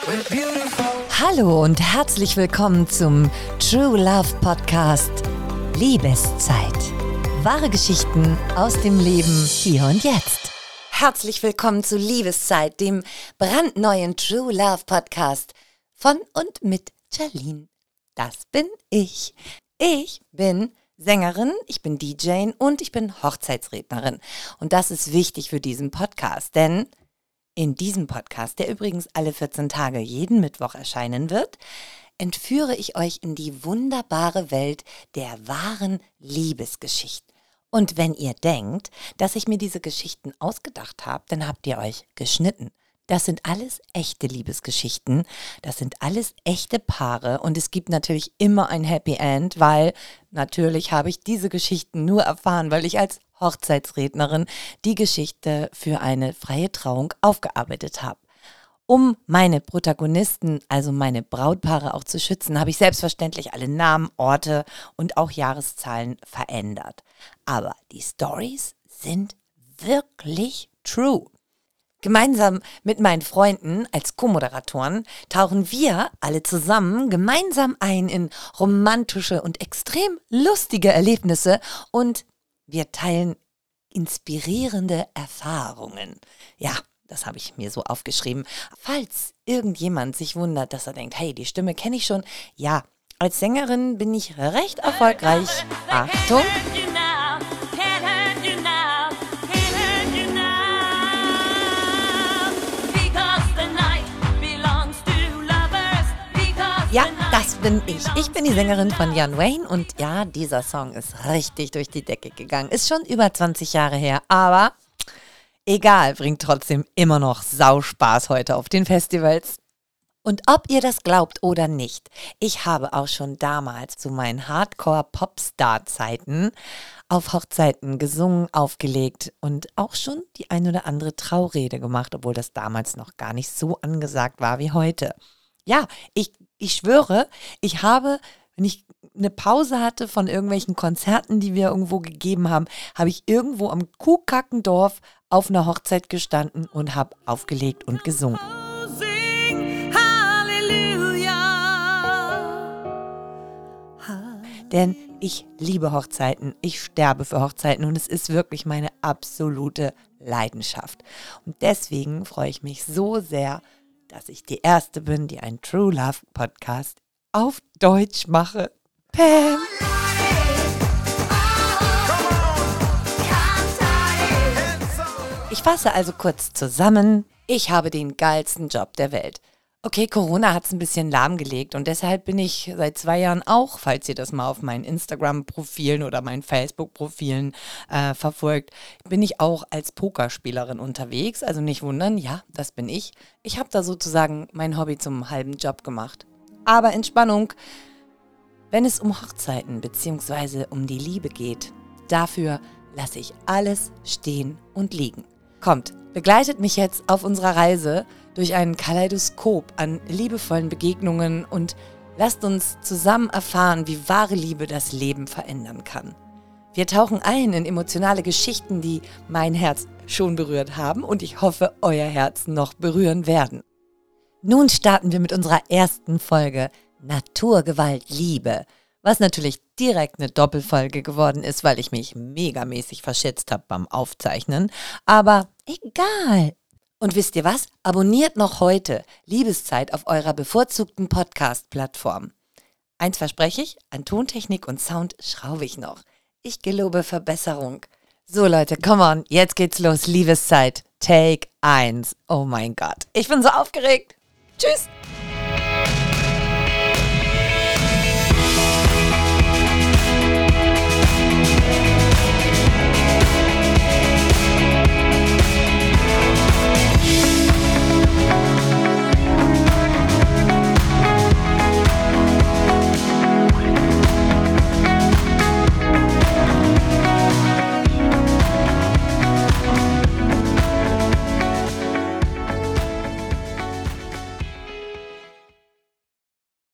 Hallo und herzlich willkommen zum True Love Podcast Liebeszeit. Wahre Geschichten aus dem Leben hier und jetzt. Herzlich willkommen zu Liebeszeit, dem brandneuen True Love Podcast von und mit Charlene. Das bin ich. Ich bin Sängerin, ich bin DJ und ich bin Hochzeitsrednerin. Und das ist wichtig für diesen Podcast, denn in diesem Podcast, der übrigens alle 14 Tage jeden Mittwoch erscheinen wird, entführe ich euch in die wunderbare Welt der wahren Liebesgeschichten. Und wenn ihr denkt, dass ich mir diese Geschichten ausgedacht habe, dann habt ihr euch geschnitten. Das sind alles echte Liebesgeschichten, das sind alles echte Paare und es gibt natürlich immer ein Happy End, weil natürlich habe ich diese Geschichten nur erfahren, weil ich als Hochzeitsrednerin die Geschichte für eine freie Trauung aufgearbeitet habe. Um meine Protagonisten, also meine Brautpaare auch zu schützen, habe ich selbstverständlich alle Namen, Orte und auch Jahreszahlen verändert. Aber die Stories sind wirklich true. Gemeinsam mit meinen Freunden als Co-Moderatoren tauchen wir alle zusammen gemeinsam ein in romantische und extrem lustige Erlebnisse und wir teilen inspirierende Erfahrungen. Ja, das habe ich mir so aufgeschrieben. Falls irgendjemand sich wundert, dass er denkt, hey, die Stimme kenne ich schon. Ja, als Sängerin bin ich recht erfolgreich. Achtung! Ja, das bin ich. Ich bin die Sängerin von John Wayne und ja, dieser Song ist richtig durch die Decke gegangen. Ist schon über 20 Jahre her, aber egal, bringt trotzdem immer noch Sauspaß heute auf den Festivals. Und ob ihr das glaubt oder nicht, ich habe auch schon damals zu meinen Hardcore-Popstar-Zeiten auf Hochzeiten gesungen, aufgelegt und auch schon die ein oder andere Traurede gemacht, obwohl das damals noch gar nicht so angesagt war wie heute. Ja, ich schwöre, ich habe, wenn ich eine Pause hatte von irgendwelchen Konzerten, die wir irgendwo gegeben haben, habe ich irgendwo am Kuhkackendorf auf einer Hochzeit gestanden und habe aufgelegt und gesungen. Denn ich liebe Hochzeiten, ich sterbe für Hochzeiten und es ist wirklich meine absolute Leidenschaft. Und deswegen freue ich mich so sehr, dass ich die Erste bin, die einen True Love Podcast auf Deutsch mache. Pam! Ich fasse also kurz zusammen. Ich habe den geilsten Job der Welt. Okay, Corona hat es ein bisschen lahmgelegt und deshalb bin ich seit 2 Jahren auch, falls ihr das mal auf meinen Instagram-Profilen oder meinen Facebook-Profilen verfolgt, bin ich auch als Pokerspielerin unterwegs. Also nicht wundern, ja, das bin ich. Ich habe da sozusagen mein Hobby zum halben Job gemacht. Aber Entspannung, wenn es um Hochzeiten bzw. um die Liebe geht, dafür lasse ich alles stehen und liegen. Kommt, begleitet mich jetzt auf unserer Reise durch ein Kaleidoskop an liebevollen Begegnungen und lasst uns zusammen erfahren, wie wahre Liebe das Leben verändern kann. Wir tauchen ein in emotionale Geschichten, die mein Herz schon berührt haben und ich hoffe, euer Herz noch berühren werden. Nun starten wir mit unserer ersten Folge Naturgewalt Liebe, was natürlich direkt eine Doppelfolge geworden ist, weil ich mich megamäßig verschätzt habe beim Aufzeichnen, aber egal. Und wisst ihr was? Abonniert noch heute Liebeszeit auf eurer bevorzugten Podcast-Plattform. Eins verspreche ich, an Tontechnik und Sound schraube ich noch. Ich gelobe Verbesserung. So Leute, come on, jetzt geht's los, Liebeszeit. Take 1. Oh mein Gott, ich bin so aufgeregt. Tschüss.